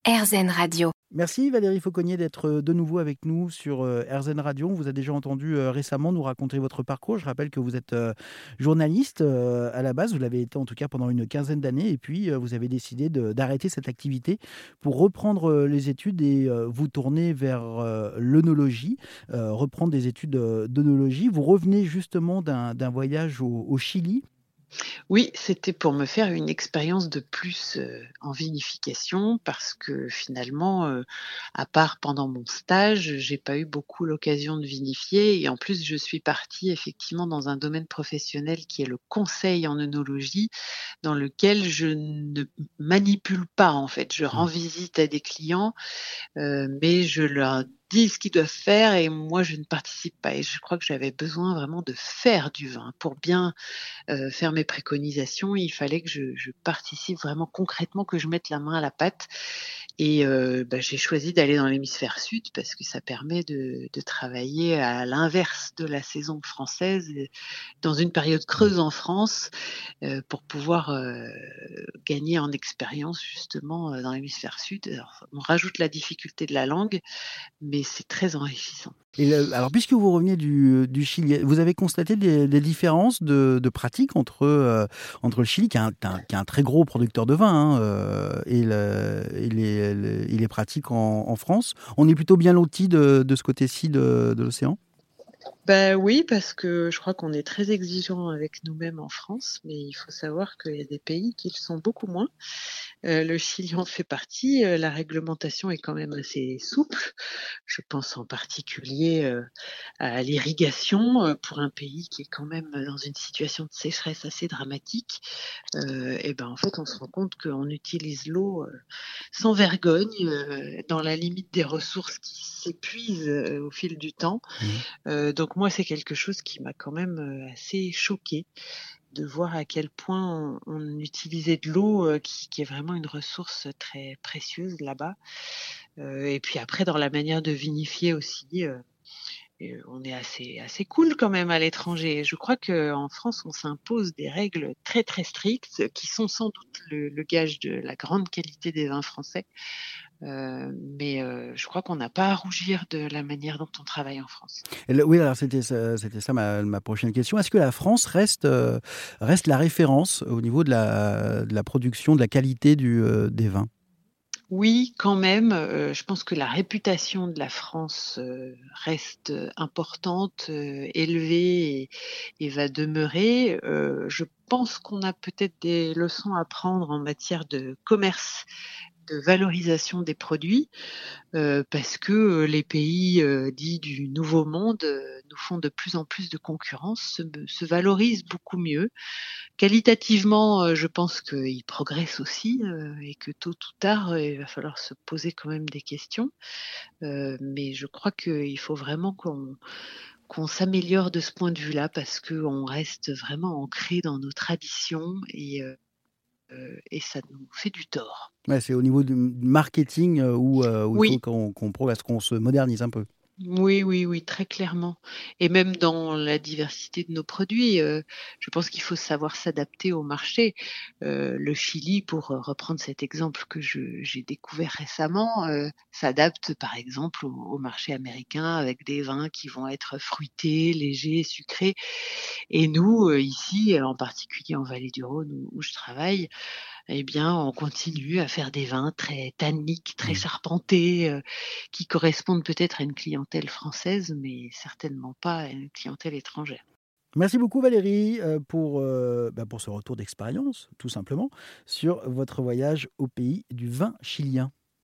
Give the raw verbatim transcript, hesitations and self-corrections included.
AirZen Radio. Merci Valérie Fauconnier d'être de nouveau avec nous sur euh, AirZen Radio. On vous a déjà entendu euh, récemment nous raconter votre parcours. Je rappelle que vous êtes euh, journaliste euh, à la base. Vous l'avez été en tout cas pendant une quinzaine d'années. Et puis euh, vous avez décidé de- d'arrêter cette activité pour reprendre euh, les études et euh, vous tourner vers euh, l'œnologie, euh, reprendre des études euh, d'œnologie. Vous revenez justement d'un d'un voyage au, au Chili. Oui, c'était pour me faire une expérience de plus, heu, en vinification parce que finalement, heu, à part pendant mon stage, j'ai pas eu beaucoup l'occasion de vinifier et en plus je suis partie effectivement dans un domaine professionnel qui est le conseil en œnologie, dans lequel je ne manipule pas en fait. Je rends Mmh. visite à des clients, heu, mais je leur dis ce qu'ils doivent faire et moi je ne participe pas et je crois que j'avais besoin vraiment de faire du vin pour bien heu, faire mes préconisations, il fallait que je je participe vraiment concrètement, que je mette la main à la pâte et heu, bah, j'ai choisi d'aller dans l'hémisphère sud parce que ça permet de de travailler à l'inverse de la saison française et dans une période Mmh. creuse en France, heu, pour pouvoir, heu, gagner en expérience justement, heu, dans l'hémisphère sud. Alors on rajoute la difficulté de la langue, mais c'est très enrichissant. Et le- alors, puisque vous revenez du, du Chili, vous avez constaté des, des différences de, de pratiques entre, euh, entre le Chili, qui est un, qui est un- qui est un très gros producteur de vin, hein, euh, et, le- et les, les- et les pratiques en, en France. On est plutôt bien lotis de, de ce côté-ci de, de l'océan. Bah, oui, parce que je crois qu'on est très exigeants avec nous-mêmes en France, mais il faut savoir qu'il y a des pays qui le sont beaucoup moins. Heu, le Chili en fait partie, heu, la réglementation est quand même assez souple. Je pense en particulier, heu, à l'irrigation, heu, pour un pays qui est quand même dans une situation de sécheresse assez dramatique. Heu et ben, en fait, on se rend compte qu'on utilise l'eau, heu, sans vergogne, heu, dans la limite des ressources qui s'épuisent, heu, au fil du temps. Mmh. Heu, donc moi, c'est quelque chose qui m'a quand même, heu, assez choquée de voir à quel point on on utilisait de l'eau, heu, qui qui est vraiment une ressource très précieuse là-bas. Heu et puis après dans la manière de vinifier aussi, heu et on est assez assez cool quand même à l'étranger. Je crois qu'en France, on s'impose des règles très, très strictes qui sont sans doute le le gage de la grande qualité des vins français. Heu, mais heu, je crois qu'on n'a pas à rougir de la manière dont on travaille en France. Et le- oui, alors c'était ça, c'était ça ma, ma prochaine question. Est-ce que la France reste, euh, reste la référence au niveau de la, de la production, de la qualité du, euh, des vins? Oui, quand même, heu, je pense que la réputation de la France, heu, reste, heu, importante, heu, élevée et et va demeurer. Heu, je pense qu'on a peut-être des leçons à prendre en matière de commerce, de valorisation des produits. Heu, parce que, heu, les pays, heu, dits du Nouveau Monde, heu, nous font de plus en plus de concurrence, se me se valorisent beaucoup mieux. Qualitativement, heu, je pense qu'ils progressent aussi, heu, et que tôt ou tard, heu, il va falloir se poser quand même des questions. Heu, mais je crois qu'il faut vraiment qu'on qu'on s'améliore de ce point de vue-là parce qu'on reste vraiment ancré dans nos traditions et heu, et ça nous fait du tort. Ouais, c'est au niveau du marketing euh, où, euh, où il faut Oui. qu'on qu'on progresse, qu'on se modernise un peu. Oui, oui, oui, très clairement et même dans la diversité de nos produits, heu, je pense qu'il faut savoir s'adapter au marché. Heu, le Chili, pour, heu, reprendre cet exemple que je j'ai découvert récemment, heu, s'adapte par exemple au au marché américain avec des vins qui vont être fruités, légers, sucrés et nous, heu, ici, en particulier en Vallée du Rhône où où je travaille, eh bien, on continue à faire des vins très tanniques, très Mm. charpentés, heu, qui correspondent peut-être à une clientèle française, mais certainement pas à une clientèle étrangère. Merci beaucoup Valérie euh, pour, euh, bah, pour ce retour d'expérience, tout simplement, sur votre voyage au pays du vin chilien.